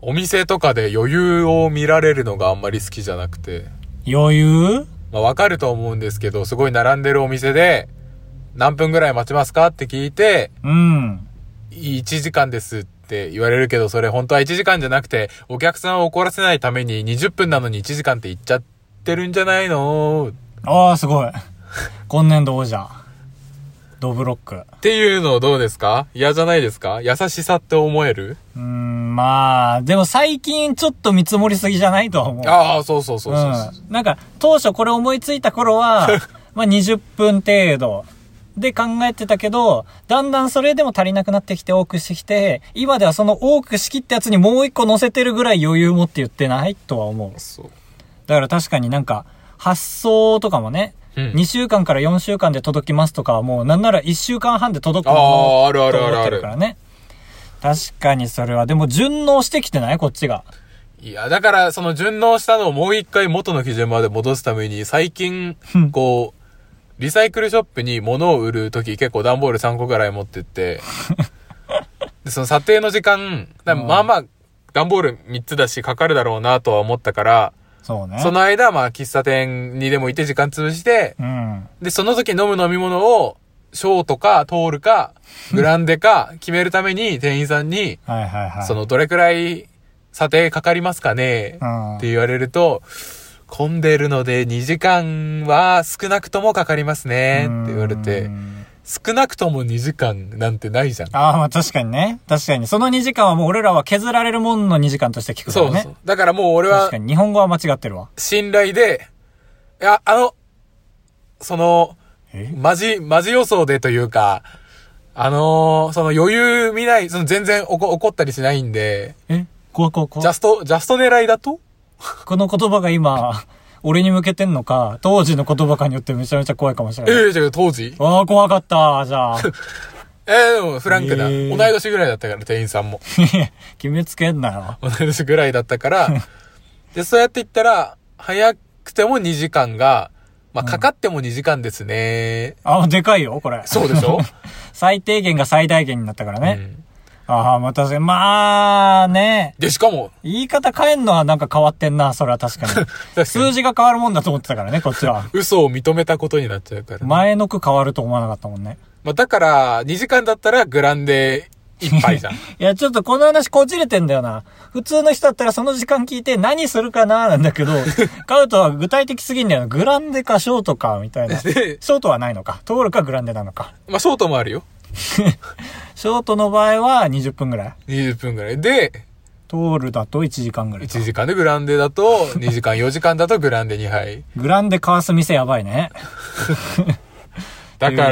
お店とかで余裕を見られるのがあんまり好きじゃなくて。 余裕？ まあわかると思うんですけど、すごい並んでるお店で、何分ぐらい待ちますかって聞いて、1時間ですって言われるけど、それ本当は1時間じゃなくて、お客さんを怒らせないために20分なのに1時間って言っちゃってるんじゃないの？ ああ、すごい。今年度王者。ドブロック。 っていうのどうですか？嫌じゃないですか？優しさって思える？ まあ、でも最近ちょっと見積もりすぎじゃないとは思う。 ああ、そう。 なんか、当初これ思いついた頃は、まあ20分程度で考えてたけど、だんだんそれでも足りなくなってきて多くしてきて、今ではその多く仕切ったやつにもう一個乗せてるぐらい余裕持って言ってないとは思う。 そう。 だから確かになんか、発送とかもね、2週間から4週間で届きますとかはもうなんなら1週間半で届くものと思ってるからね。確かにそれは。でも順応してきてないこっちが。 いや、だからその順応したのをもう一回元の基準まで戻すために最近、こう、リサイクルショップに物を売るとき結構段ボール3個ぐらい持ってって、で、その査定の時間、まあまあ段ボール3つだしかかるだろうなとは思ったから、 そうね。 その間、まあ、喫茶店にでも行って時間潰して、で、その時飲む飲み物を、ショートか、トールか、グランデか、決めるために、店員さんに、その、どれくらい、査定かかりますかねって言われると、混んでるので2時間は少なくともかかりますねって言われて、少なくとも2時間なんてないじゃん。 ああ、まあ確かにね。確かに。その2時間はもう俺らは削られるもんの2時間として聞くからね。そう。 だからもう俺は、 確かに日本語は間違ってるわ。 信頼で、いや、その、マジ予想でというか、その余裕見ない、その全然怒ったりしないんで。 怖。ジャスト狙いだと？ この言葉が今、俺に向けてんのか、当時の言葉かによってめちゃめちゃ怖いかもしれない。 じゃあ当時？ ああ、怖かった、じゃあ。 でもフランクな、同い年ぐらいだったから、店員さんも。 決めつけんなよ。 同い年ぐらいだったから、で、そうやって言ったら、早くても2時間が、まあ、かかっても2時間ですね。 でかいよ、これ。 そうでしょ？ 最低限が最大限になったからね。まあね。 で、しかも。 言い方変えんのはなんか変わってんな、それは確かに。数字が変わるもんだと思ってたからね、こっちは。 嘘を認めたことになっちゃうから、ね。 前の句変わると思わなかったもんね。 まあ、だから、2時間だったらグランデ1杯じゃん。いや、ちょっとこの話こじれてんだよな。普通の人だったらその時間聞いて何するかななんだけど、カウトは具体的すぎんだよな。グランデかショートか、みたいな。ショートはないのか。トールかグランデなのか。 まあ、ショートもあるよ。 ショートの場合は20分ぐらい。 20分ぐらい。で、 トールだと1時間ぐらい。 1時間でグランデだと2時間、4時間だとグランデ2杯。 グランデかわす店やばいね。 だから、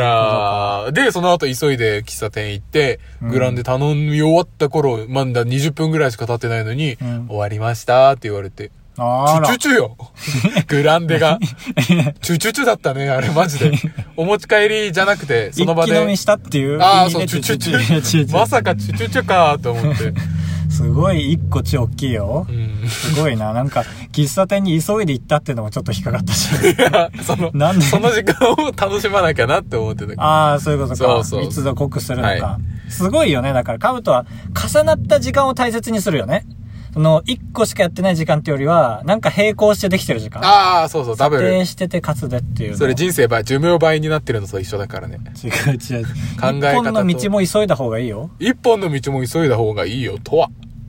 で、その後急いで喫茶店行って、グランデ頼み終わった頃、まだ20分ぐらいしか経ってないのに、終わりましたって言われて。チュチュよ。グランデが。チュチュチュだったね、あれマジで。お持ち帰りじゃなくて、その場で。 一気飲みしたっていう。 そう、チュチュチュ。まさかチュチュチュかと思って。 すごい一個大きいよ。すごいな。なんか、喫茶店に急いで行ったっていうのもちょっと引っかかったし。 いや、その時間を楽しまなきゃなって思ってた。 そういうことか。 そう。 密度濃くするのか。すごいよね。だから、カブトは重なった時間を大切にするよね。一個しかやってない時間ってよりは、なんか並行してできてる時間。 そう、ダブル。 査定しててかつでっていう。 それ人生寿命倍になってるのと一緒だからね。 違う。 考え方と。 一本の道も急いだ方がいいよ。 一本の道も急いだ方がいいよ、とは。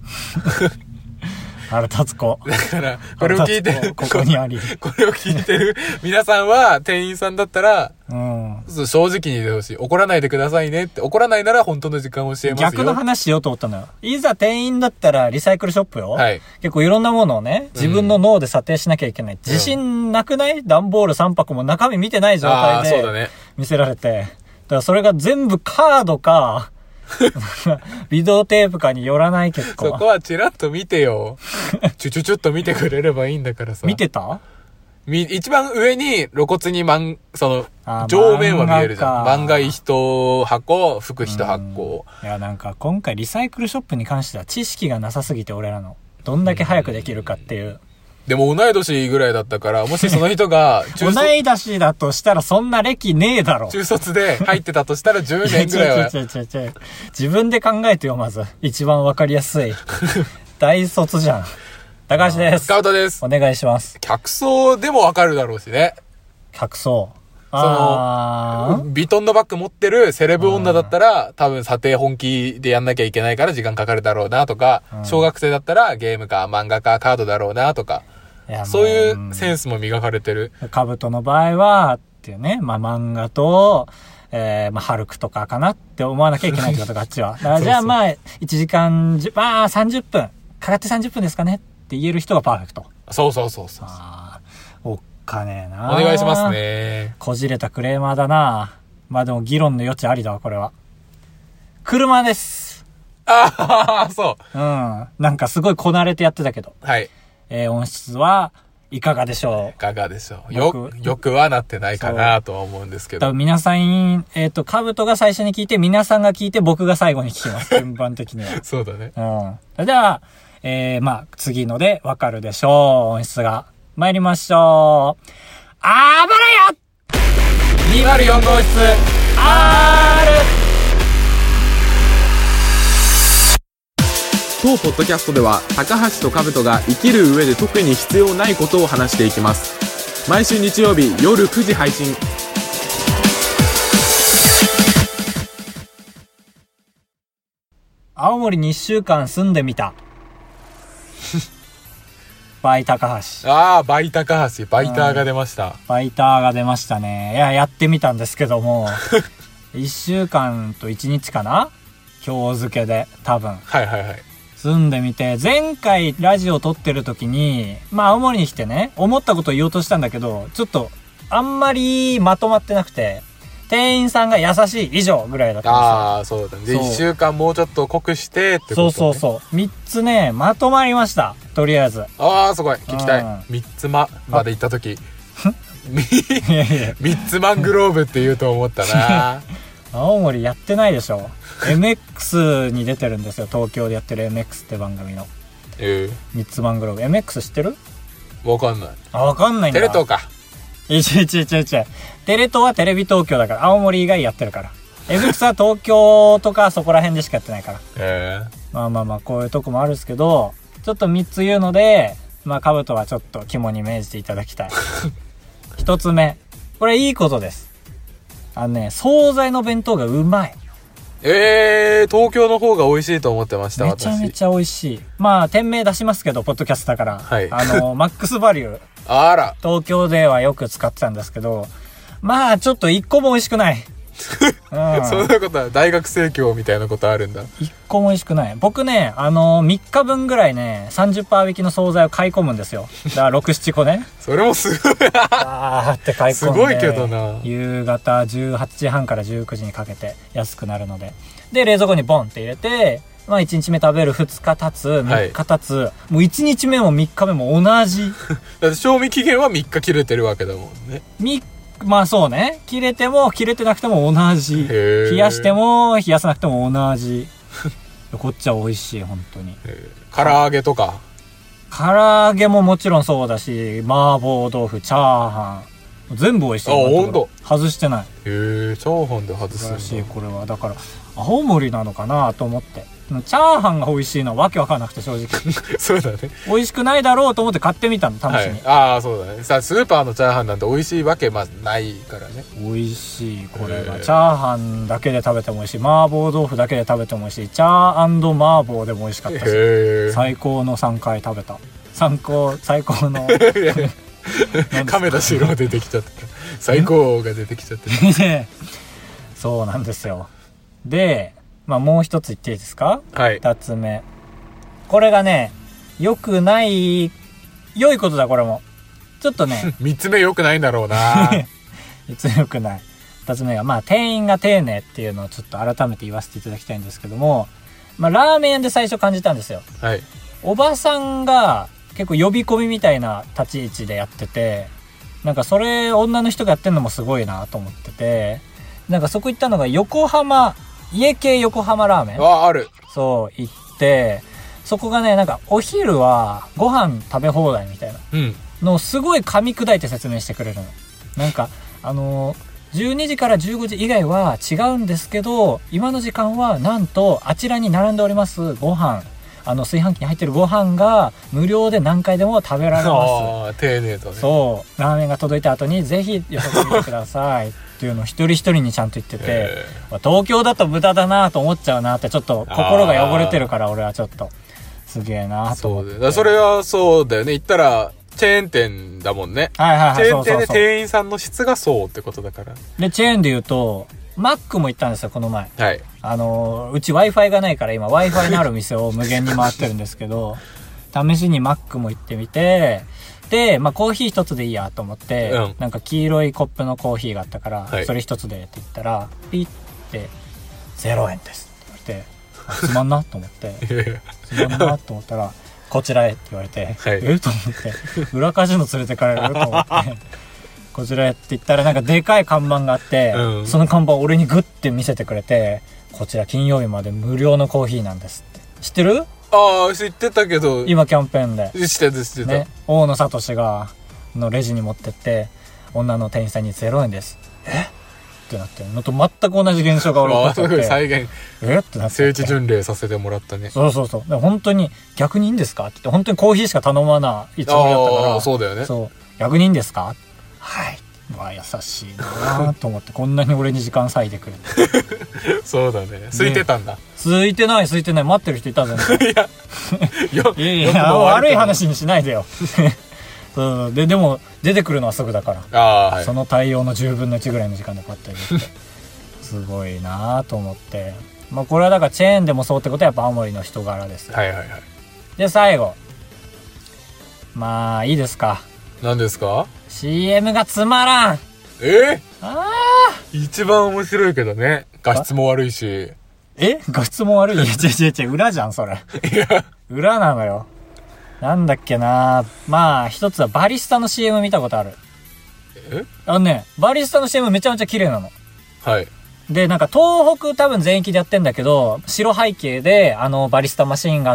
腹立つ子。 だから、これを聞いてる。 ここにあり。 これを聞いてる皆さんは、店員さんだったら、正直に言ってほしい。怒らないでくださいねって。怒らないなら本当の時間を教えますよ。 逆の話しようと思ったのよ。いざ店員だったらリサイクルショップよ。 はい。 結構いろんなものをね、自分の脳で査定しなきゃいけない。自信なくない？段ボール3箱も中身見てない状態で見せられて。だからそれが全部カードか、ビデオテープかによらない結構。 そこはチラッと見てよ。チュチュチュッと見てくれればいいんだからさ。 見てた？ 一番上に露骨に上面は見えるじゃん。漫画一箱、服一箱。 いや、なんか今回リサイクルショップに関しては知識がなさすぎて俺らの。どんだけ早くできるかっていう。 でも同い年ぐらいだったから、もしその人が同い年だとしたらそんな歴ねえだろ。 中卒で入ってたとしたら10年ぐらいは。 自分で考えてよ、まず。一番わかりやすい。 大卒じゃん。高橋です。 カウトです。 お願いします。 客層でもわかるだろうしね。 客層。 その、ビトンのバッグ持ってるセレブ女だったら、多分査定本気でやんなきゃいけないから時間かかるだろうなとか、小学生だったらゲームか漫画かカードだろうなとか、そういうセンスも磨かれてる。 カブトの場合は、っていうね、まあ漫画と、ハルクとかかなって思わなきゃいけないってことか、あっちは。だからじゃあまあ、1時間、まあ30分、かかって30分ですかねって言える人がパーフェクト。 そうそうそうそう。 おっかねえな。 お願いしますね。 こじれたクレーマーだな。まあでも議論の余地ありだわ、これは。車です。 ああ、そう。 うん。なんかすごいこなれてやってたけど。 はい。 音質はいかがでしょう。 いかがでしょう。よくはなってないかなとは思うんですけど。 多分皆さん、カブトが最初に聞いて、皆さんが聞いて、僕が最後に聞きます。順番的には。 そうだね。 うん。それでは、まあ、次のでわかるでしょう。音質が。参りましょう。あばらや !204 号室 R! 当ポッドキャストでは高橋と兜が生きる上で特に必要ないことを話していきます。毎週日曜日夜9時配信。 青森に1週間住んでみた。バイ高橋。 ああ、バイ高橋。バイターが出ました。 バイターが出ましたね。いや、やってみたんですけども、1週間と1日かな今日付けで、多分。 はいはいはい。 住んでみて、前回ラジオ撮ってる時に、まあ青森に来てね、思ったことを言おうとしたんだけど、ちょっと、あんまりまとまってなくて、店員さんが優しい以上ぐらいだったんですよ。 ああ、そうだね。で、1週間もうちょっと濃くしてってこと、ね、 そう。3つね、まとまりました。とりあえず。 ああ、すごい。聞きたい。3つまで行った時。3つマングローブって言うと思ったな。 青森やってないでしょ。MX に出てるんですよ。東京でやってる MX って番組の。3つマングローブ。MX 知ってる？ わかんない。 あ、わかんないんだ。 テレ東か。 違う。テレ東はテレビ東京だから、青森以外やってるから。MX は東京とかそこら辺でしかやってないから。まあ、こういうとこもあるんですけど、ちょっと3つ言うので、まあ、カブトはちょっと肝に銘じていただきたい。1つ目。これいいことです。惣菜の弁当がうまい。 東京の方が美味しいと思ってました。 めちゃめちゃ美味しい。まあ、店名出しますけど、ポッドキャストだから。 はい。 マックスバリュー。 あら。 東京ではよく使ってたんですけど、まあ、ちょっと1個も美味しくない。 そんなことは大学生協みたいなことあるんだ。 1個も美味しくない。僕ね、3日分ぐらいね、30% 引きの惣菜を買い込むんですよ。だから6、7個ね。 それもすごい。 って買い込んで。 すごいけどな。 夕方18時半から19時にかけて安くなるので。で、冷蔵庫にボンって入れて、まあ1日目食べる、2日経つ、3日経つ、はい、もう1日目も3日目も同じ。 だって賞味期限は3日切れてるわけだもんね。 まあそうね。切れても切れてなくても同じ。冷やしても冷やさなくても同じ。こっちは美味しい、本当に。 唐揚げとか。 唐揚げももちろんそうだし、麻婆豆腐、チャーハン。全部美味しい。 あ、ほんと。 外してない。 チャーハンで外すんだ。 らしい、これは。だから、青森なのかなと思って。チャーハンが美味しいのはわけわかんなくて、正直。 そうだね。 美味しくないだろうと思って買ってみたの、試しに。はい、 ああ、そうだね。さあ、スーパーのチャーハンなんて美味しいわけまずないからね。 美味しい、これが。チャーハンだけで食べても美味しい。麻婆豆腐だけで食べても美味しい。チャー&麻婆でも美味しかったし。最高の3回食べた。最高の。 亀田四郎出てきちゃった。最高が出てきちゃって。 そうなんですよ。で、まあもう一つ言っていいですか？ はい。 二つ目。これがね、良くない、良いことだ、これも。ちょっとね。 三つ目良くないんだろうな。 三つ目良くない。二つ目が、まあ店員が丁寧っていうのをちょっと改めて言わせていただきたいんですけども、まあラーメン屋で最初感じたんですよ。 はい。 おばさんが結構呼び込みみたいな立ち位置でやってて、なんかそれ女の人がやってんのもすごいなと思ってて、なんかそこ行ったのが家系横浜ラーメン。 ある。 そう、行って、そこがね、なんかお昼はご飯食べ放題みたいなのをすごい噛み砕いて説明してくれるの。なんか、12時から15時以外は違うんですけど、今の時間はなんとあちらに並んでおりますご飯、 炊飯器に入ってるご飯が無料で何回でも食べられます。 丁寧とね。 そうラーメンが届いた後にぜひよそ見てくださいっていうのを一人一人にちゃんと言ってて、東京だと無駄だなと思っちゃうなって、ちょっと心が汚れてるから俺はちょっとすげえなと思って。 そうだ、それはそうだよね。言ったらチェーン店だもんね。 はいはいはい。 チェーン店で店員さんの質がそうってことだから。 でチェーンで言うとマックも行ったんですよこの前。 はい。 うち Wi-Fi がないから今 Wi-Fi のある店を無限に回ってるんですけど試しにマックも行ってみて、でコーヒー一つでいいやと思って、なんか黄色いコップのコーヒーがあったから、それ一つでって言ったらピッて0円ですって言われて、つまんなと思ってつまんなと思ったらこちらへって言われて、と思って裏カジノ連れてかれると思ってこちらへって言ったらなんかでかい看板があって、その看板を俺にグッて見せてくれて、こちら金曜日まで無料のコーヒーなんですって。知ってる？ ああ、知ってたけど今キャンペーンで知ってた、 ね、大野聡がのレジに持ってって女の店員さんに0円ですってなってるのと全く同じ現象が起こってて再現ってなって聖地巡礼させてもらったね。 そうで本当に逆にいいんですかって言って、本当にコーヒーしか頼まないつもりだったから。 そうだよね。 そう逆にいいんですか、はい、優しいなと思ってこんなに俺に時間割いてくれてそうだね。空いてたんだ。 空いてない待ってる人いたじゃんいや悪い話にしないでよでも出てくるのはすぐだから、その対応の10分の1ぐらいの時間でパッと入れてすごいなと思って、これはだからチェーンでもそうってことはやっぱ青森の人柄ですよ。で最後いいですか。 何ですか。 CM がつまらん。 一番面白いけどね。画質も悪いし。 画質も悪い。違う裏じゃんそれ。いや裏なのよ。なんだっけな。一つはバリスタの CM 見たことある。バリスタの CM めちゃめちゃ綺麗なの。 はい。 でなんか東北多分全域でやってんだけど、白背景でバリスタマシーンがあって、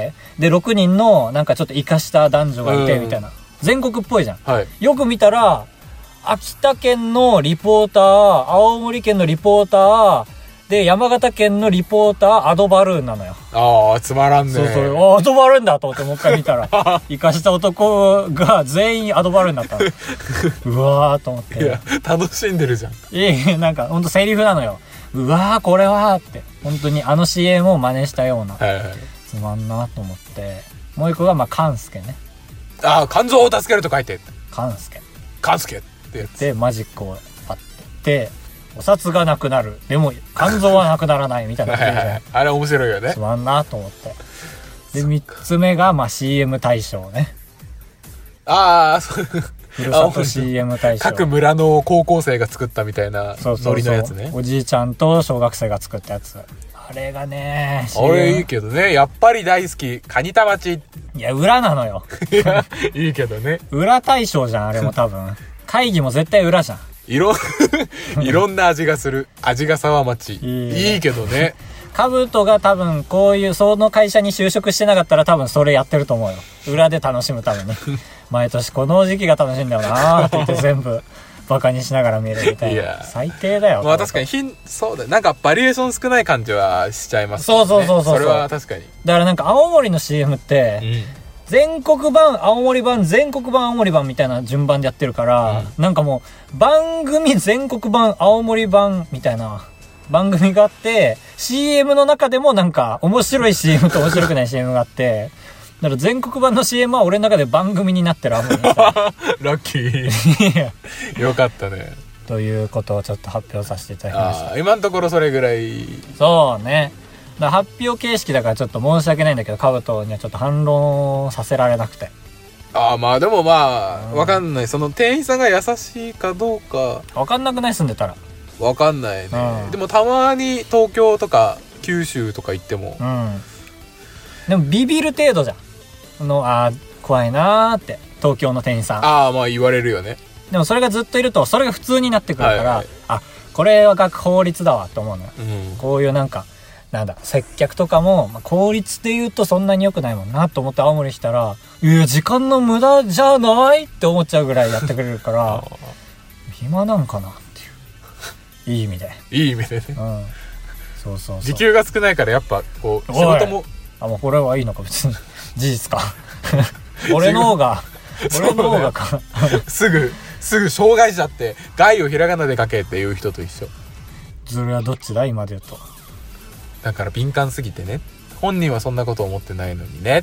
で6人のなんかちょっと活かした男女がいてみたいな、全国っぽいじゃん。よく見たら秋田県のリポーター、青森県のリポーターで、山形県のリポーターアドバルーンなのよ。 つまらんね。 アドバルーンだと思ってもう一回見たら生かした男が全員アドバルーンだったのうわーと思って。いや楽しんでるじゃん。 なんかほんとセリフなのよ。うわーこれはーって本当にCM を真似したような、つまんなと思って。もう一個が勘助ね。 肝臓を助けると書いて勘助ってやつでマジックをパッてお札がなくなる、でも肝臓はなくならないみたいなあれ面白いよね。 つまんなと思って。で3つ目がCM 大賞ね。ふるさと CM 大賞。 各村の高校生が作ったみたいなノリのやつね。 おじいちゃんと小学生が作ったやつ。あれがね、 あれいいけどね。やっぱり大好きカニタマチ。 いや裏なのよ。 いいけどね。 裏大賞じゃんあれも多分。会議も絶対裏じゃん。 いろんな味がする味が沢町。いいけどね。 カブトが多分こういうその会社に就職してなかったら多分それやってると思うよ。裏で楽しむために毎年この時期が楽しいんだよなーって言って全部バカにしながら見るみたいな。最低だよ。 確かにそうだ。なんかバリエーション少ない感じはしちゃいますね。 そうそれは確かに。 だからなんか青森の CM って、全国版青森版全国版青森版みたいな順番でやってるから、なんかもう番組全国版青森版みたいな番組があって、 CM の中でもなんか面白い CM と面白くない CM があって、だから全国版の CM は俺の中で番組になってる。ラッキーよかったね。 ということをちょっと発表させていただきました。 今のところそれぐらい。 そうね。だ発表形式だからちょっと申し訳ないんだけど、カブトにはちょっと反論させられなくて。 でもわかんない。その店員さんが優しいかどうかわかんなくない？住んでたらわかんないね。でもたまに東京とか九州とか行っても、でもビビる程度じゃん。怖いなーって東京の店員さん。 言われるよね。 でもそれがずっといるとそれが普通になってくるから、これは学法律だわって思うのよ。こういうなんか接客とかも、効率で言うとそんなに良くないもんなと思って青森来たら、時間の無駄じゃないって思っちゃうぐらいやってくれるから暇なんかなっていういい意味でね。そう時給が少ないからやっぱこう仕事ももうこれはいいのか別に事実か俺の方がかすぐ障害者って害をひらがなで書けっていう人と一緒。 それはどっちだ今で言うと。 だから敏感すぎてね、本人はそんなこと思ってないのにねって。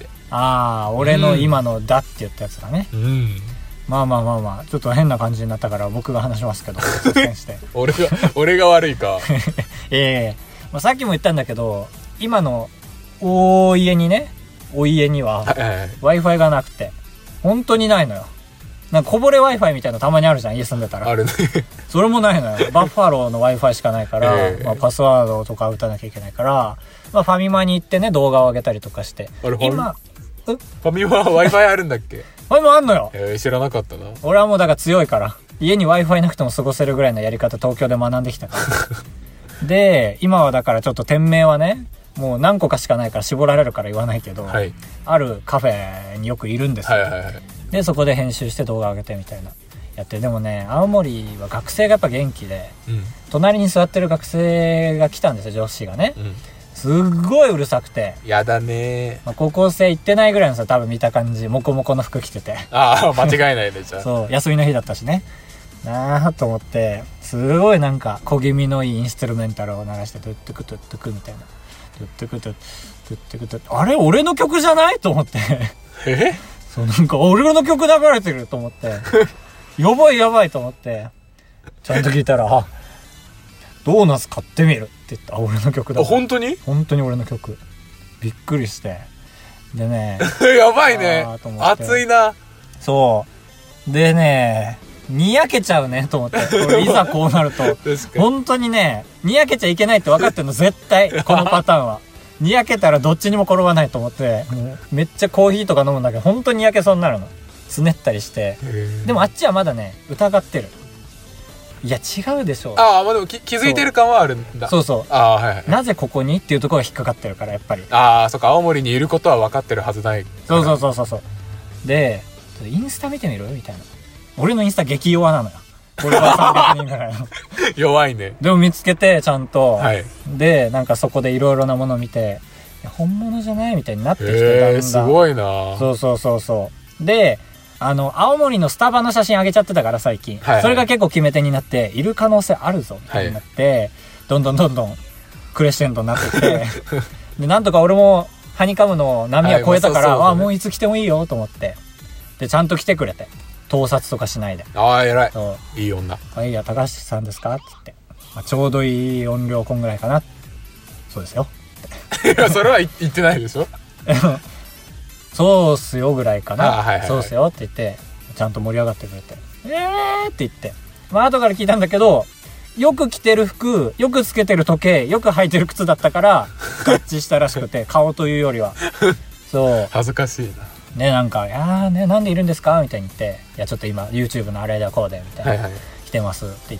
俺の今のだって言ったやつだね。まあちょっと変な感じになったから僕が話しますけど率先して俺が悪いかさっきも言ったんだけど、今のお家には Wi-Fi がなくて本当にないのよ。なんかこぼれ Wi-Fi みたいなのたまにあるじゃん、家住んでたら。 あるねそれもないのよ。バッファローの Wi-Fi しかないから、パスワードとか打たなきゃいけないから、ファミマに行ってね、動画を上げたりとかして。今ファミマは Wi-Fi あるんだっけ？ ファミマあんのよ。 知らなかったな。 俺はもうだから強いから、家に Wi-Fi なくても過ごせるぐらいのやり方東京で学んできたからで、今はだからちょっと店名はね、もう何個かしかないから絞られるから言わないけど、あるカフェによくいるんですよ。でそこで編集して動画上げてみたいなやって。でもね、青森は学生がやっぱ元気で、隣に座ってる学生が来たんですよ、女子がね。すっごいうるさくて。 やだね。 高校生行ってないぐらいのさ、多分見た感じ、モコモコの服着てて。 間違いないね、じゃあ。 そう、休みの日だったしね。なぁと思って、すごいなんか小気味のいいインストゥルメンタルを流して、トゥットゥクトゥットゥクみたいな。トゥットゥクトゥットゥットゥクあれ俺の曲じゃないと思って。そうなんか俺の曲流れてると思ってやばいと思ってちゃんと聞いたらドーナツ買ってみるって言った。俺の曲だ。 本当に俺の曲。びっくりしてでねやばいね、熱いな。そうでね、にやけちゃうねと思って俺いざこうなると本当にね、にやけちゃいけないって分かってんの絶対このパターンはにやけたらどっちにも転ばないと思って、もうめっちゃコーヒーとか飲むんだけど本当ににやけそうになるの。つねったりして。でもあっちはまだね疑ってる。いや違うでしょ。 でも気づいてる感はあるんだ。 そうなぜここにっていうところが引っかかってるからやっぱり。 そっか、青森にいることは分かってるはずない。 そうでインスタ見てみるみたいな。俺のインスタ激弱なのよ。これは300人ぐらいの弱いね。 でも見つけてちゃんと、でなんかそこでいろいろなものを見て、本物じゃないみたいになってきて、だんだんすごいな。 そうで青森のスタバの写真上げちゃってたから最近、それが結構決め手になっている可能性あるぞみたいになって、どんどんクレッシェンドになってきてでなんとか俺もハニカムの波は超えたから、もういつ来てもいいよと思って、でちゃんと来てくれて、盗撮とかしないで。 偉い。いい女。 いや、高橋さんですかって言って、ちょうどいい音量こんぐらいかな。そうですよ。 いや、それは言ってないでしょそうっすよぐらいかな。そうっすよって言って、ちゃんと盛り上がってくれて。って言って。後から聞いたんだけど、よく着てる服、よくつけてる時計、よく履いてる靴だったから、合致したらしくて、顔というよりは。そう。 恥ずかしいな。 ね、なんか、なんでいるんですかみたいに言って、いや、ちょっと今、YouTube のあれでこうで、みたいな。来てますって言って、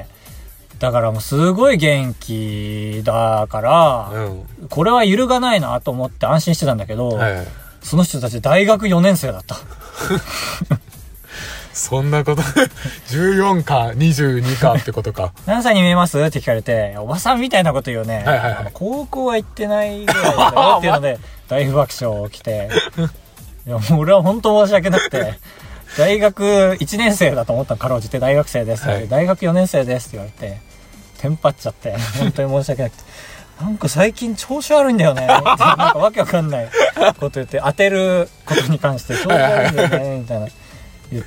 だからもうすごい元気だから、これは揺るがないなと思って安心してたんだけど、その人たち大学4年生だった。 そんなこと14か22かってことか。 何歳に見えますって聞かれて、おばさんみたいなこと言うね。高校は行ってないぐらいだよっていうので、大爆笑起きて、いやもう俺は本当申し訳なくて、大学1年生だと思ったの、かろうじて大学生です、大学4年生ですって言われて、テンパっちゃって、本当に申し訳なくて、なんか最近調子悪いんだよねってなんかわけわかんないこと言って、当てることに関して調子悪いんだよねみたいな言って、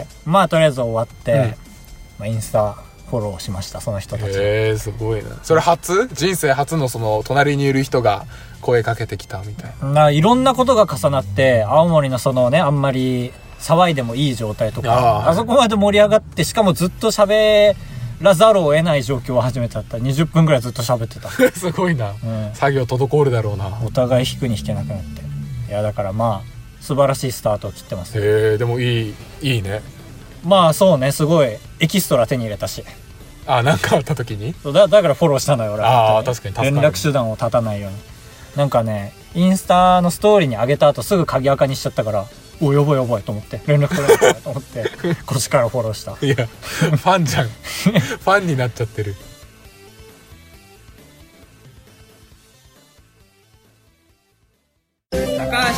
とりあえず終わって、インスタフォローしました、その人たち。 すごいな。それ人生初のその隣にいる人が声かけてきたみたいな。 いろんなことが重なって、青森のそのね、あんまり騒いでもいい状態とか、あそこまで盛り上がって、しかもずっと喋らざるを得ない状況を初めてだった。20分ぐらいずっと喋ってた。 すごいな、作業滞るだろうな。 お互い引くに引けなくなって。いやだから素晴らしいスタートを切ってます。 でもいいね。 そうね、すごいエキストラ手に入れたし。 なんかあった時にだからフォローしたのよ俺は。 確かに連絡手段を絶たないように。なんかね、インスタのストーリーに上げた後すぐ鍵垢にしちゃったから、おやばいと思って連絡取れなかったと思ってこっちからフォローした。 いやファンじゃんファンになっちゃってる。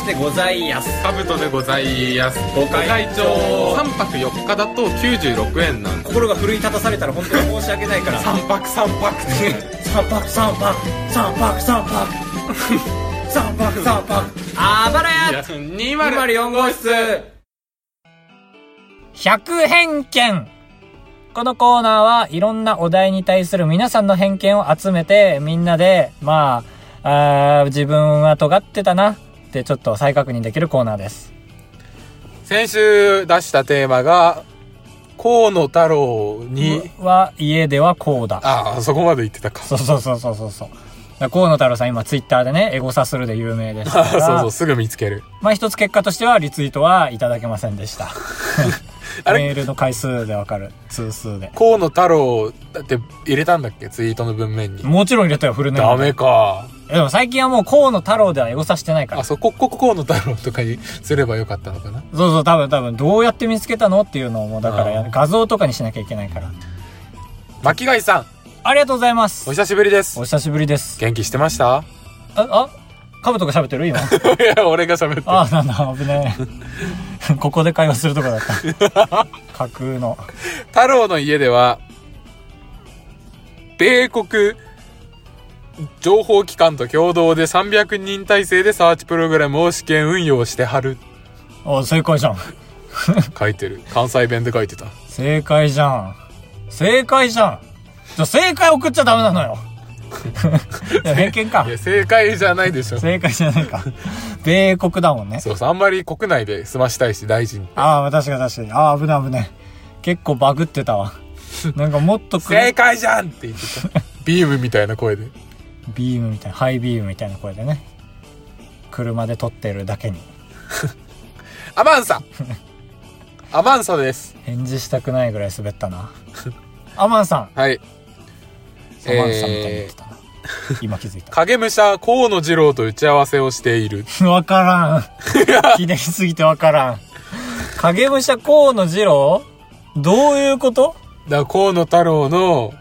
でございやす。 カブトでございやす。ご会長3泊4日だと96円なんです。 心が奮い立たされたら本当に申し訳ないから 3泊3泊 3泊3泊3泊3泊3泊3泊あばらや204号室100偏見。このコーナーはいろんなお題に対する皆さんの偏見を集めて、みんなで自分は尖ってたなってちょっと再確認できるコーナーです。 先週出したテーマが河野太郎には家ではこうだ。 ああ、そこまで言ってたか。 そう河野太郎さん今ツイッターでねエゴサするで有名ですからそうすぐ見つける。 一つ結果としてはリツイートはいただけませんでしたメールの回数でわかる、通数で。 河野太郎だって入れたんだっけ、ツイートの文面に。 もちろん入れたよ、フルネーム。 ダメか。 でも最近はもう河野太郎ではエゴサしてないから。 あ、河野太郎とかにすればよかったのかな。 そう多分どうやって見つけたのっていうのをもうだから画像とかにしなきゃいけないから。 巻貝さん、 ありがとうございます。 お久しぶりです。 お久しぶりです。 元気してました？ カブトが喋ってる今。いや、俺が喋ってる。 なんだ、危ねえ。ここで会話するとこだった。架空の。 太郎の家では、米国情報機関と共同で300人体制でサーチプログラムを試験運用してはる。 正解じゃん。 書いてる。関西弁で書いてた。 正解じゃん。正解送っちゃダメなのよ。偏見か。 いや、正解じゃないでしょ。 正解じゃないか。米国だもんね。 そう、あんまり国内で済ましたいし、大事に。 確かに。危ね。結構バグってたわ。なんかもっと正解じゃんって言ってた。ビームみたいな声で。 ハイビームみたいな声でね。車で撮ってるだけに。 アマンサです。 返事したくないぐらい滑ったな。アマンさん。 はい。 アマンさんみたいに言ってたな。今気づいた。 影武者河野次郎と打ち合わせをしている。 わからん。ひねりすぎてわからん。影武者河野次郎？どういうこと？ だから河野太郎の、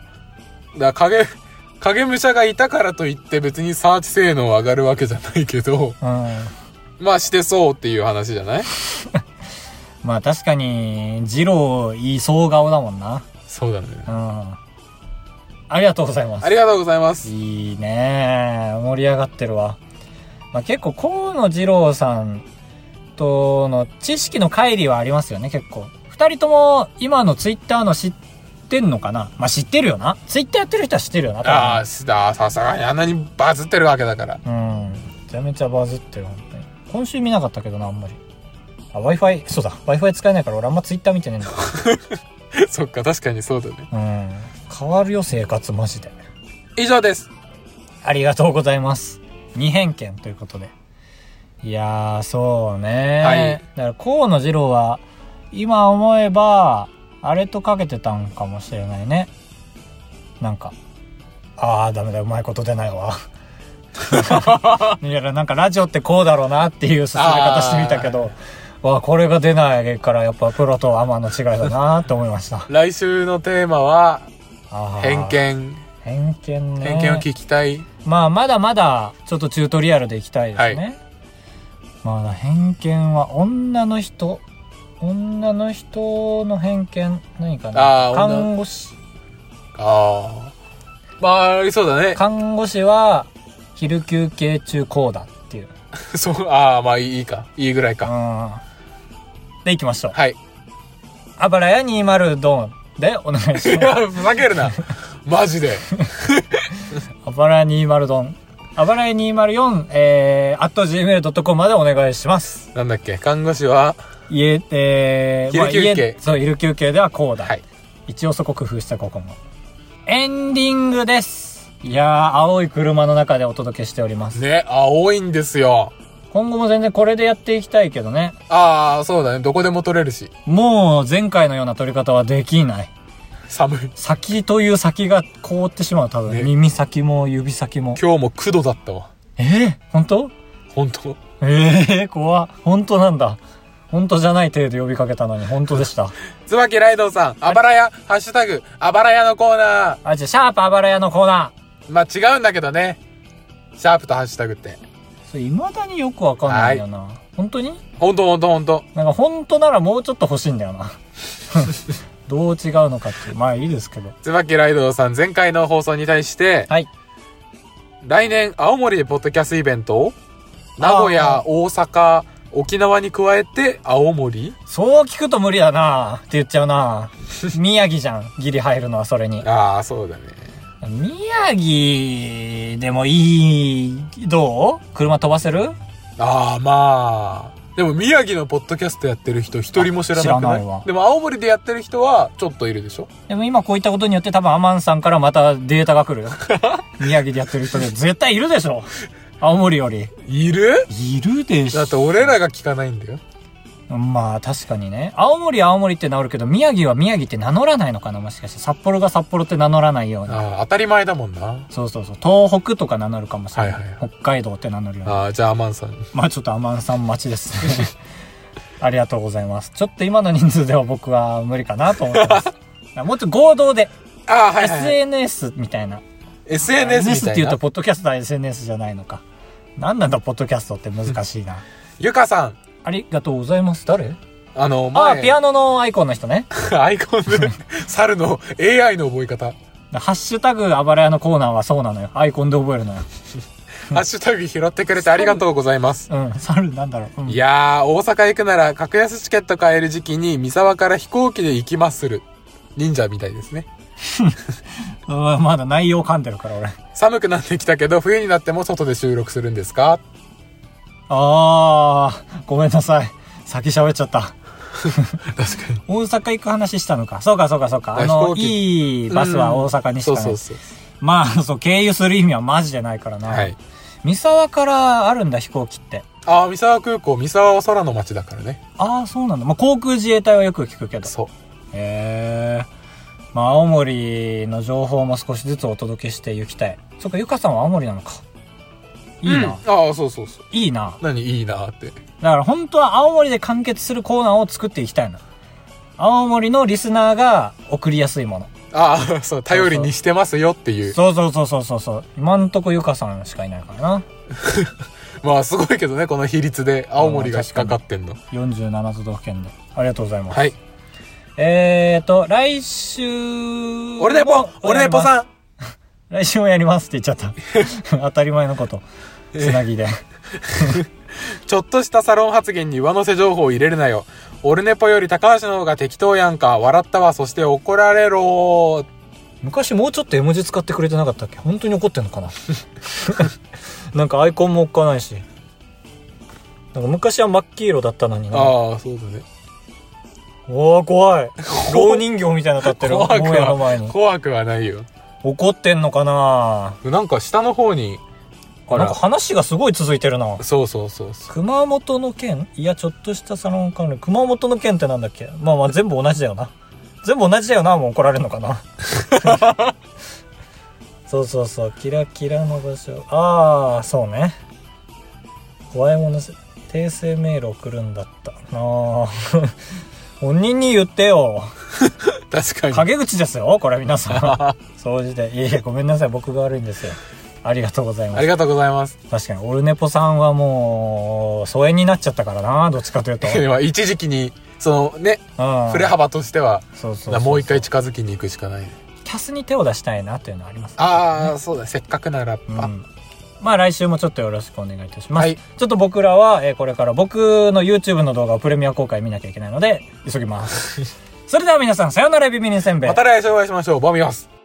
影武者がいたからといって別にサーチ性能上がるわけじゃないけど、してそうっていう話じゃない？ 確かに、次郎言いそう顔だもんな。 そうだね。 ありがとうございます。 ありがとうございます。 いいね。盛り上がってるわ。結構河野次郎さんとの知識の乖離はありますよね、結構。二人とも今のツイッターの知ってんのかな？知ってるよな。ツイッターやってる人は知ってるよな。 さすがにあんなにバズってるわけだから。 めちゃめちゃバズってる、本当に。今週見なかったけどな、あんまり。Wi-Fi、そうだ。Wi-Fi 使えないから俺あんまツイッター見てねえんだ。 そっか、確かにそうだね。変わるよ、生活マジで。 以上です。 ありがとうございます。2偏見ということで。いやー、そうね。はい。だから河野次郎は、今思えば、あれとかけてたんかもしれないね。なんか。ダメだ、うまいこと出ないわ。いや、なんかラジオってこうだろうなっていう進め方してみたけど、これが出ないからやっぱプロとアマの違いだなって思いました。 来週のテーマは、偏見。 偏見ね。 偏見を聞きたい。 まだまだちょっとチュートリアルでいきたいですね。はい、偏見は女の人の偏見何かな。看護師。 そうだね。 看護師は昼休憩中こうだっていう。 そう、いいか。いいぐらいか。 で、行きましょう。 はい。 あばらや20ドンでお願いします。 いや、ふざけるな。マジで。 あばらや20ドン。あばらや204、@gmail.com までお願いします。 なんだっけ、看護師は昼休憩。そう、昼休憩ではこうだ。 はい。 一応そこ工夫したここも。エンディングです。いやー、青い車の中でお届けしております。 ね、青いんですよ。 今後も全然これでやっていきたいけどね。 そうだね。どこでも撮れるし。 もう前回のような撮り方はできない。 寒い。 先という先が凍ってしまう、多分。ね、耳先も指先も。 今日も9度だったわ。 本当？ 本当。 怖っ。本当なんだ。本当じゃない程度呼びかけたのに本当でした。 椿ライドウさん、あばらや、ハッシュタグ、あばらやのコーナー。 シャープあばらやのコーナー。違うんだけどね。シャープとハッシュタグって。 それ未だによくわかんないんだよな。本当に？ 本当。 なんか本当ならもうちょっと欲しいんだよな。どう違うのかって。まあいいですけど。 椿ライドさん、前回の放送に対して、 はい。 来年、青森でポッドキャストイベントを、名古屋、大阪、沖縄に加えて、青森？ そう聞くと無理だなって言っちゃうな。宮城じゃん。ギリ入るのはそれに。 ああ、そうだね。 宮城でもいい、どう？車飛ばせる？ ああ、まあ。でも宮城のポッドキャストやってる人一人も知らなくない？ 知らないわ。 でも青森でやってる人はちょっといるでしょ？ でも今こういったことによって多分アマンさんからまたデータが来るよ。宮城でやってる人で絶対いるでしょ？青森より。 いるでしょ。 だって俺らが聞かないんだよ。 まあ確かにね。青森って名乗るけど、宮城は宮城って名乗らないのかな、もしかして。札幌が札幌って名乗らないように。 ああ、当たり前だもんな。 そう。東北とか名乗るかもしれない。 はいはいはい。 北海道って名乗るように。 ああ、じゃあアマンさんに。 まあちょっとアマンさん待ちですね。ありがとうございます。ちょっと今の人数では僕は無理かなと思ってます。もっと合同で。 ああ、はい。 SNS みたいな。 SNS みたいな。 って言うと、ポッドキャストは SNS じゃないのか。なんなんだ、ポッドキャストって難しいな。 ゆかさん。 ありがとうございます。誰？ 前。 ピアノのアイコンの人ね。 アイコンで、猿の AI の覚え方。 ハッシュタグあばらやのコーナーはそうなのよ。アイコンで覚えるのよ。 ハッシュタグ拾ってくれてありがとうございます。 猿なんだろう。 いやー、大阪行くなら格安チケット買える時期に三沢から飛行機で行きまする。忍者みたいですね。 まだ内容噛んでるから俺。 寒くなってきたけど、冬になっても外で収録するんですか？ ごめんなさい。先喋っちゃった。 確かに。 大阪行く話したのか。そうか。いいバスは大阪にしかない。そう。まあ、経由する意味はマジでないからな。はい。三沢からあるんだ、飛行機って。 三沢空港、三沢は空の街だからね。 そうなんだ。まあ、航空自衛隊はよく聞くけど。 そう。 まあ、青森の情報も少しずつお届けして行きたい。そっか、ゆかさんは青森なのか。いいな。 そう。 いいな。 何いいなって。だから本当は青森で完結するコーナーを作っていきたいな。青森のリスナーが送りやすいもの。 そう、頼りにしてますよっていう。 そう。今んとこゆかさんしかいないからな。 まあすごいけどね、この比率で青森が引っかかってんの。 47都道府県で。ありがとうございます。 はい。 来週。 俺ネポさん来週もやりますって言っちゃった。当たり前のこと。つなぎで。 ちょっとしたサロン発言に上乗せ情報を入れるなよ。オルネポより高橋の方が適当やんか。笑ったわ。そして怒られろ。 昔もうちょっと絵文字使ってくれてなかったっけ？本当に怒ってんのかな。なんかアイコンも置かないし。なんか昔は真っ黄色だったのにな。 そうだね。 怖い。老人形みたいなの立ってる。 怖くはないよ。 怒ってんのかな。 なんか下の方になんか話がすごい続いてるな。 そう。 熊本の県？いや、ちょっとしたサロン関連。熊本の県ってなんだっけ？まあ全部同じだよな。もう怒られるのかな。そう。キラキラの場所。そうね。怖いもの訂正メール送るんだった本人に言ってよ。 確かに。 陰口ですよ、これ皆さん。掃除で。いやごめんなさい、僕が悪いんですよ。ありがとうございます。 ありがとうございます。 確かに、オルネポさんはもう、疎遠になっちゃったからな、どっちかというと。 一時期に、振れ幅としては、もう一回近づきに行くしかない。 キャスに手を出したいなっていうのはありますね。そうだ、せっかくならまあ来週もちょっとよろしくお願いいたします。はい、ちょっと僕らは、これから僕の YouTube の動画をプレミア公開見なきゃいけないので、急ぎます。それでは皆さん、さよならビビリンせんべい。 また来週お会いしましょう。ボミオス。